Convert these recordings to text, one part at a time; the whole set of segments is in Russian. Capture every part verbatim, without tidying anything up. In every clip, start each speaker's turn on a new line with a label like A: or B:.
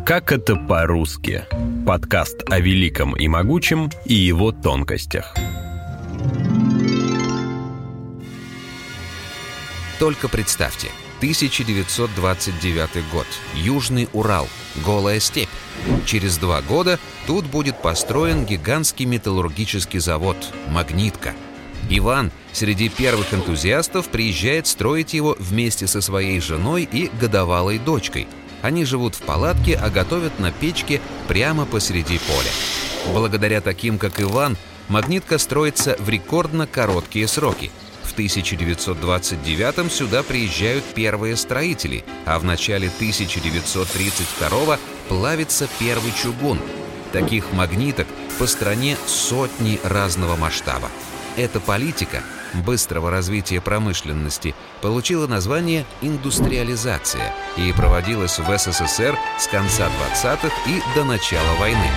A: Как это по-русски? Подкаст о великом и могучем и его тонкостях.
B: Только представьте, тысяча девятьсот двадцать девятый год, Южный Урал, голая степь. Через два года тут будет построен гигантский металлургический завод «Магнитка». Иван среди первых энтузиастов приезжает строить его вместе со своей женой и годовалой дочкой. Они живут в палатке, а готовят на печке прямо посреди поля. Благодаря таким, как Иван, «Магнитка» строится в рекордно короткие сроки. В тысяча девятьсот двадцать девятом сюда приезжают первые строители, а в начале тысяча девятьсот тридцать второго плавится первый чугун. Таких магниток по стране сотни разного масштаба. Эта политика быстрого развития промышленности получила название «индустриализация» и проводилась в СССР с конца двадцатых и до начала войны.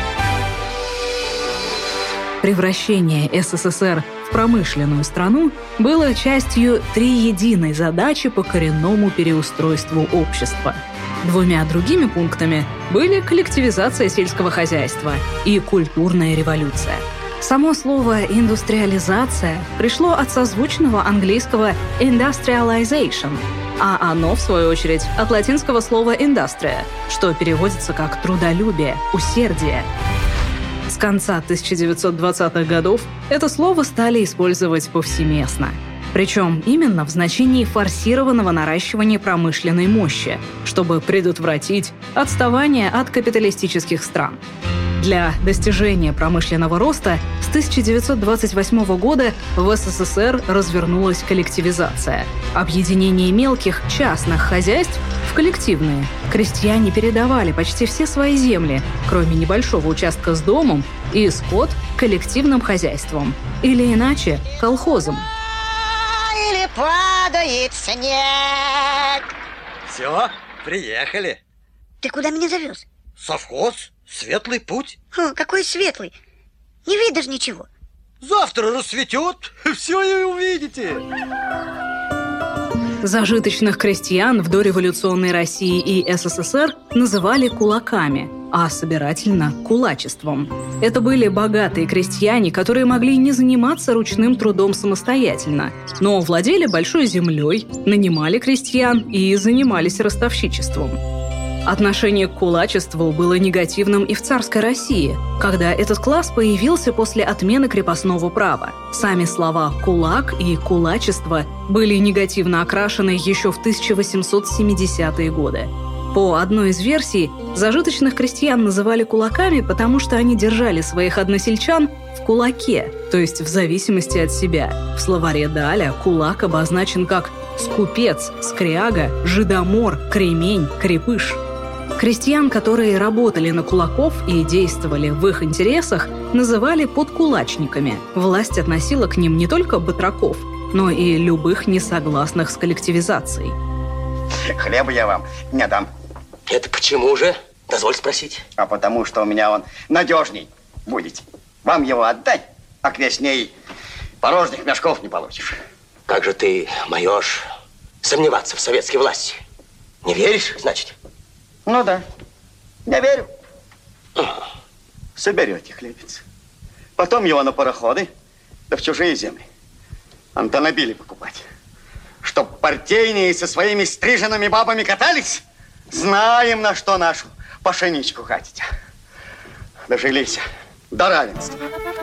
C: Превращение СССР в промышленную страну было частью триединой задачи по коренному переустройству общества. Двумя другими пунктами были коллективизация сельского хозяйства и культурная революция. Само слово «индустриализация» пришло от созвучного английского «industrialization», а оно, в свою очередь, от латинского слова «industria», что переводится как «трудолюбие», «усердие». С конца тысяча девятьсот двадцатых годов это слово стали использовать повсеместно. Причем именно в значении форсированного наращивания промышленной мощи, чтобы предотвратить отставание от капиталистических стран. Для достижения промышленного роста с тысяча девятьсот двадцать восьмого года в СССР развернулась коллективизация. Объединение мелких частных хозяйств в коллективные. Крестьяне передавали почти все свои земли, кроме небольшого участка с домом, и скот коллективным хозяйством. Или иначе – колхозом.
D: Или падает снег.
E: Все, приехали.
D: Ты куда меня завез?
E: Совхоз, светлый путь.
D: Хм, какой светлый. Не видишь ничего.
E: Завтра рассветет, все и увидите.
C: Зажиточных крестьян в дореволюционной России и СССР называли кулаками, а собирательно – кулачеством. Это были богатые крестьяне, которые могли не заниматься ручным трудом самостоятельно, но владели большой землей, нанимали крестьян и занимались ростовщичеством. Отношение к кулачеству было негативным и в царской России, когда этот класс появился после отмены крепостного права. Сами слова «кулак» и «кулачество» были негативно окрашены еще в тысяча восемьсот семидесятые годы. По одной из версий, зажиточных крестьян называли кулаками, потому что они держали своих односельчан в кулаке, то есть в зависимости от себя. В словаре Даля кулак обозначен как скупец, скряга, жидомор, кремень, крепыш. Крестьян, которые работали на кулаков и действовали в их интересах, называли подкулачниками. Власть относила к ним не только батраков, но и любых несогласных с коллективизацией.
F: Хлеба я вам не дам.
G: Это почему же? Дозволь спросить.
F: А потому что у меня он надежней будет. Вам его отдать, а к весне порожних мешков не получишь.
G: Как же ты, майор, сомневаться в советской власти? Не веришь, значит?
F: Ну да, я верю. Соберете хлебец. Потом его на пароходы, да в чужие земли. Автомобили покупать. Чтоб партийные со своими стриженными бабами катались. Знаем, на что нашу пшеничку хотите. Дожились до равенства.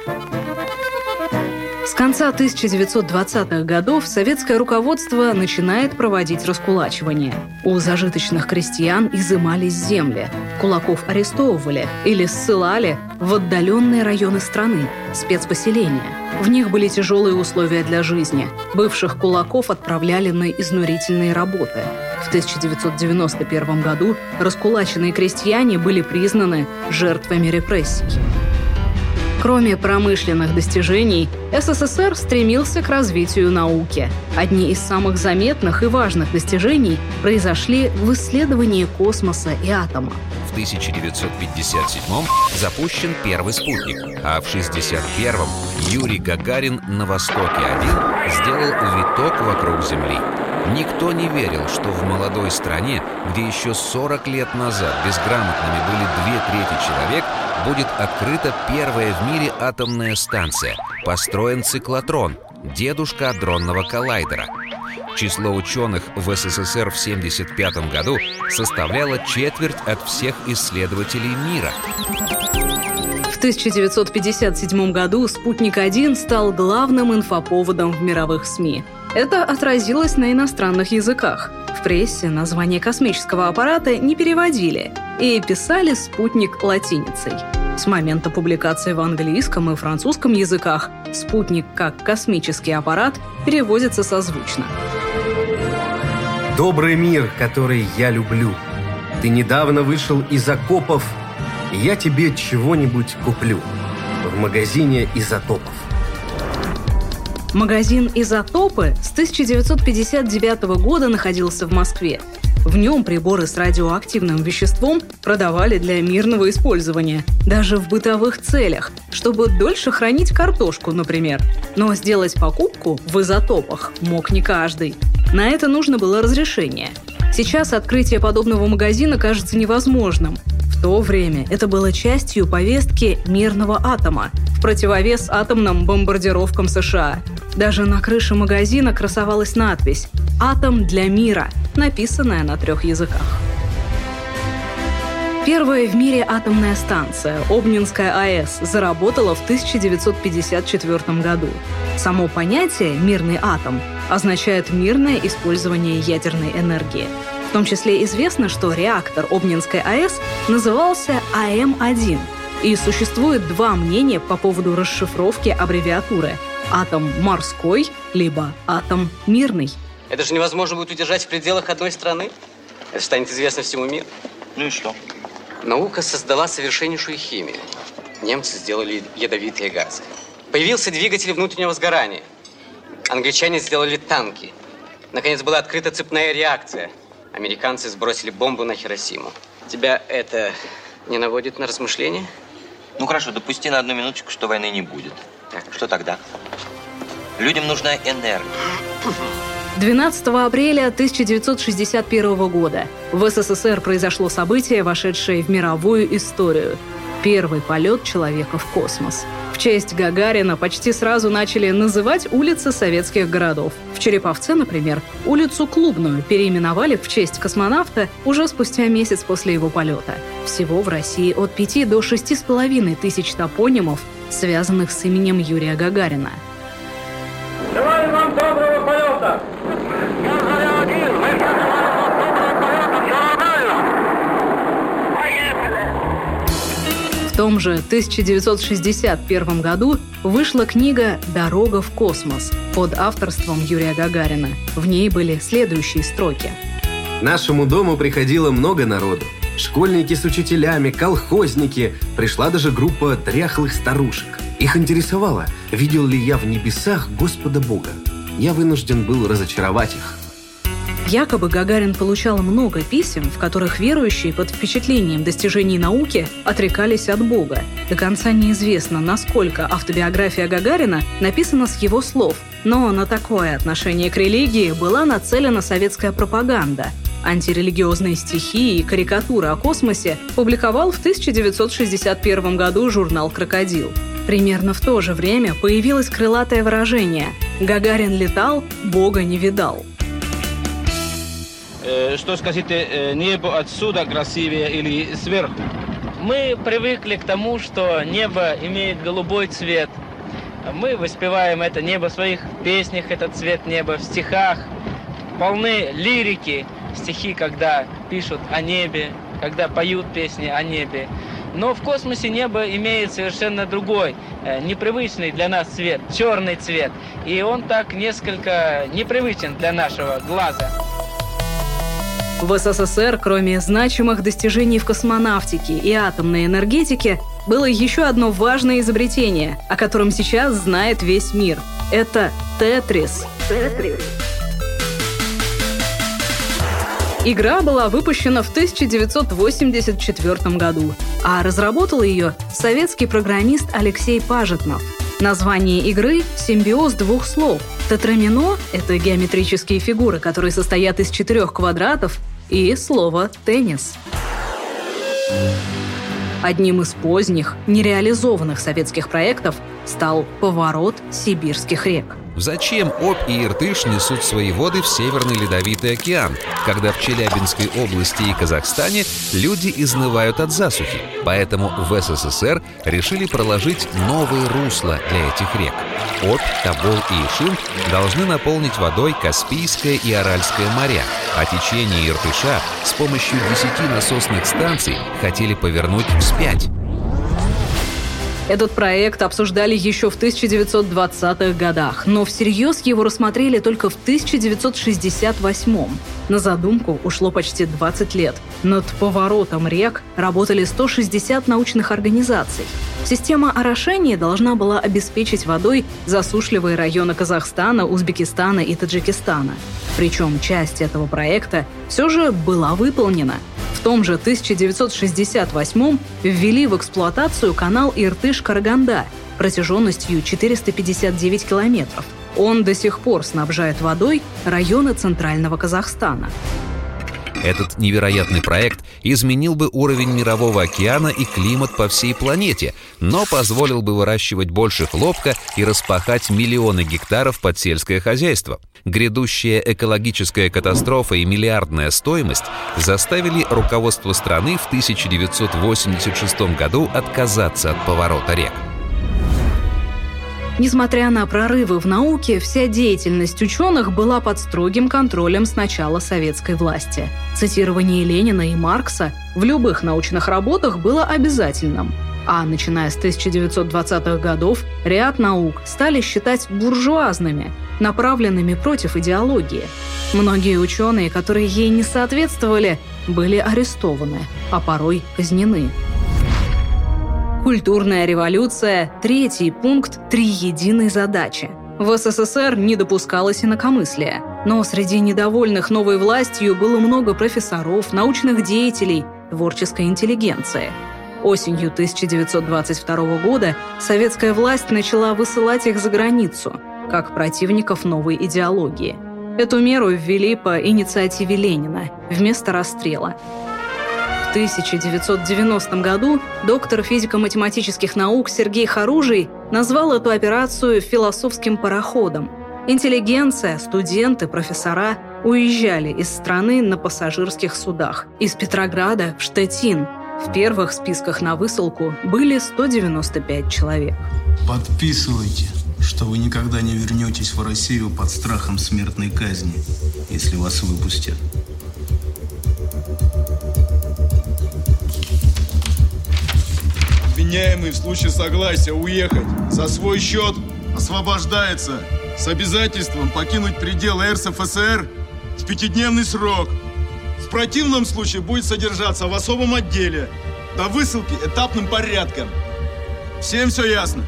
C: С конца тысяча девятьсот двадцатых годов советское руководство начинает проводить раскулачивание. У зажиточных крестьян изымались земли, кулаков арестовывали или ссылали в отдаленные районы страны, спецпоселения. В них были тяжелые условия для жизни. Бывших кулаков отправляли на изнурительные работы. В тысяча девятьсот девяносто первом году раскулаченные крестьяне были признаны жертвами репрессий. Кроме промышленных достижений, СССР стремился к развитию науки. Одни из самых заметных и важных достижений произошли в исследовании космоса и атома.
B: В тысяча девятьсот пятьдесят седьмом запущен первый спутник, а в шестьдесят первом Юрий Гагарин на Востоке один сделал виток вокруг Земли. Никто не верил, что в молодой стране, где еще сорок лет назад безграмотными были две трети человек, будет открыта первая в мире атомная станция, построен циклотрон, дедушка адронного коллайдера. Число ученых в СССР в семьдесят пятом году составляло четверть от всех исследователей мира.
C: В тысяча девятьсот пятьдесят седьмом году «Спутник один» стал главным инфоповодом в мировых СМИ. Это отразилось на иностранных языках. В прессе название космического аппарата не переводили и писали «Спутник» латиницей. С момента публикации в английском и французском языках «Спутник» как космический аппарат переводится созвучно.
H: Добрый мир, который я люблю. Ты недавно вышел из окопов, и я тебе чего-нибудь куплю в магазине изотопов.
C: Магазин «Изотопы» с тысяча девятьсот пятьдесят девятого года находился в Москве. В нем приборы с радиоактивным веществом продавали для мирного использования, даже в бытовых целях, чтобы дольше хранить картошку, например. Но сделать покупку в «Изотопах» мог не каждый. На это нужно было разрешение. Сейчас открытие подобного магазина кажется невозможным. В то время это было частью повестки мирного атома, в противовес атомным бомбардировкам США. Даже на крыше магазина красовалась надпись «Атом для мира», написанная на трех языках. Первая в мире атомная станция, Обнинская АЭС, заработала в тысяча девятьсот пятьдесят четвёртом году. Само понятие «мирный атом» означает мирное использование ядерной энергии. В том числе известно, что реактор Обнинской АЭС назывался А Эм один. И существует два мнения по поводу расшифровки аббревиатуры – атом морской, либо атом мирный.
I: Это же невозможно будет удержать в пределах одной страны. Это станет известно всему миру.
G: Ну и что?
I: Наука создала совершеннейшую химию. Немцы сделали ядовитые газы. Появился двигатель внутреннего сгорания. Англичане сделали танки. Наконец была открыта цепная реакция. Американцы сбросили бомбу на Хиросиму. Тебя это не наводит на размышления?
G: Ну хорошо, допусти на одну минуточку, что войны не будет. Так. Что тогда? Людям нужна энергия.
C: двенадцатого апреля тысяча девятьсот шестьдесят первого года в СССР произошло событие, вошедшее в мировую историю. Первый полет человека в космос. В честь Гагарина почти сразу начали называть улицы советских городов. В Череповце, например, улицу Клубную переименовали в честь космонавта уже спустя месяц после его полета. Всего в России от пяти до шести с половиной тысяч топонимов, связанных с именем Юрия Гагарина.
J: Желаю вам доброго полета!
C: В том же тысяча девятьсот шестьдесят первом году вышла книга «Дорога в космос» под авторством Юрия Гагарина. В ней были следующие строки.
H: Нашему дому приходило много народу. Школьники с учителями, колхозники. Пришла даже группа дряхлых старушек. Их интересовало, видел ли я в небесах Господа Бога. Я вынужден был разочаровать их.
C: Якобы Гагарин получал много писем, в которых верующие под впечатлением достижений науки отрекались от Бога. До конца неизвестно, насколько автобиография Гагарина написана с его слов, но на такое отношение к религии была нацелена советская пропаганда. Антирелигиозные стихи и карикатуры о космосе публиковал в тысяча девятьсот шестьдесят первом году журнал «Крокодил». Примерно в то же время появилось крылатое выражение «Гагарин летал, Бога не видал».
J: Что скажите, небо отсюда красивее или сверху?
K: Мы привыкли к тому, что небо имеет голубой цвет. Мы воспеваем это небо в своих песнях, этот цвет неба, в стихах. Полны лирики, стихи, когда пишут о небе, когда поют песни о небе. Но в космосе небо имеет совершенно другой, непривычный для нас цвет, черный цвет. И он так несколько непривычен для нашего глаза.
C: В СССР, кроме значимых достижений в космонавтике и атомной энергетике, было еще одно важное изобретение, о котором сейчас знает весь мир. Это Тетрис. Тетрис. Игра была выпущена в тысяча девятьсот восемьдесят четвёртом году, а разработал ее советский программист Алексей Пажетнов. Название игры – симбиоз двух слов. Тетрамино – это геометрические фигуры, которые состоят из четырех квадратов, и слово «теннис». Одним из поздних, нереализованных советских проектов стал «Поворот сибирских рек».
B: Зачем Обь и Иртыш несут свои воды в Северный Ледовитый океан, когда в Челябинской области и Казахстане люди изнывают от засухи? Поэтому в СССР решили проложить новые русла для этих рек. Обь, Тобол и Ишим должны наполнить водой Каспийское и Аральское моря, а течение Иртыша с помощью десяти насосных станций хотели повернуть вспять.
C: Этот проект обсуждали еще в тысяча девятьсот двадцатых годах, но всерьез его рассмотрели только в тысяча девятьсот шестьдесят восьмом. На задумку ушло почти двадцать лет. Над поворотом рек работали сто шестьдесят научных организаций. Система орошения должна была обеспечить водой засушливые районы Казахстана, Узбекистана и Таджикистана. Причем часть этого проекта все же была выполнена. В том же тысяча девятьсот шестьдесят восьмом ввели в эксплуатацию канал Иртыш-Караганда протяженностью четыреста пятьдесят девять километров. Он до сих пор снабжает водой районы Центрального Казахстана.
B: Этот невероятный проект изменил бы уровень Мирового океана и климат по всей планете, но позволил бы выращивать больше хлопка и распахать миллионы гектаров под сельское хозяйство. Грядущая экологическая катастрофа и миллиардная стоимость заставили руководство страны в тысяча девятьсот восемьдесят шестом году отказаться от поворота рек.
C: Несмотря на прорывы в науке, вся деятельность ученых была под строгим контролем с начала советской власти. Цитирование Ленина и Маркса в любых научных работах было обязательным. А начиная с тысяча девятьсот двадцатых годов ряд наук стали считать буржуазными, направленными против идеологии. Многие ученые, которые ей не соответствовали, были арестованы, а порой казнены. Культурная революция – третий пункт триединой задачи. В СССР не допускалось инакомыслия, но среди недовольных новой властью было много профессоров, научных деятелей, творческой интеллигенции. Осенью тысяча девятьсот двадцать второго года советская власть начала высылать их за границу, как противников новой идеологии. Эту меру ввели по инициативе Ленина вместо расстрела. В тысяча девятьсот девяностом году доктор физико-математических наук Сергей Харужий назвал эту операцию «философским пароходом». Интеллигенция, студенты, профессора уезжали из страны на пассажирских судах. Из Петрограда в Штеттин. В первых списках на высылку были сто девяносто пять человек.
L: Подписывайте, что вы никогда не вернетесь в Россию под страхом смертной казни, если вас выпустят.
M: Обвиняемый в случае согласия уехать за свой счет освобождается с обязательством покинуть пределы РСФСР в пятидневный срок. В противном случае будет содержаться в особом отделе до высылки этапным порядком. Всем все ясно?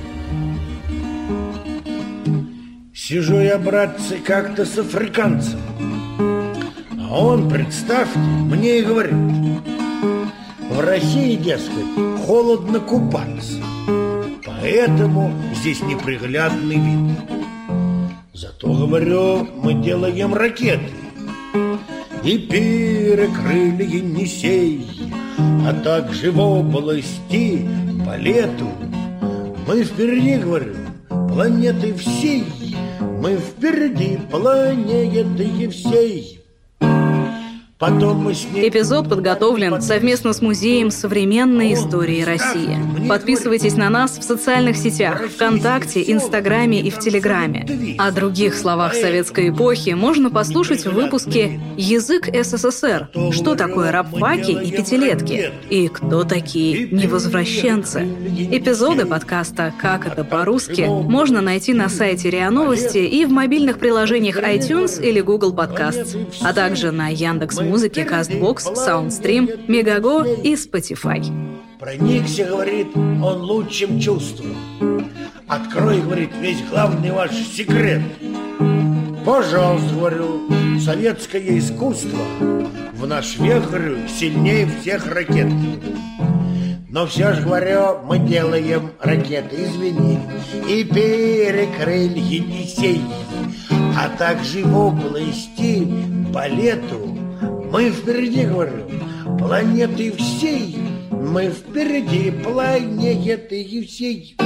N: Сижу я, братцы, как-то с африканцем. А он, представьте, мне и говорит: в России, дескать, холодно купаться, поэтому здесь неприглядный вид. Зато, говорю, мы делаем ракеты и перекрыли Енисей, а также в области по лету. Мы впереди, говорю, планеты всей, мы впереди планеты всей. Потом мы с ней...
C: Эпизод подготовлен совместно с Музеем современной истории России. Подписывайтесь на нас в социальных сетях, ВКонтакте, Инстаграме и в Телеграме. О других словах советской эпохи можно послушать в выпуске «Язык СССР. Что такое рабфаки и пятилетки? И кто такие невозвращенцы?» Эпизоды подкаста «Как это по-русски» можно найти на сайте РИА Новости и в мобильных приложениях iTunes или Google Podcasts, а также на Яндекс.Музыке, Кастбокс, Саундстрим, Мегаго и Spotify.
N: Проникся, говорит, он лучшим чувством. Открой, говорит, весь главный ваш секрет. Пожалуйста, говорю, советское искусство в наш век, говорю, сильнее всех ракет. Но все же, говорю, мы делаем ракеты, извини, и перекрыли Енисей, а также в области балету. Мы впереди, говорю, планеты всей, мы впереди планеты всей.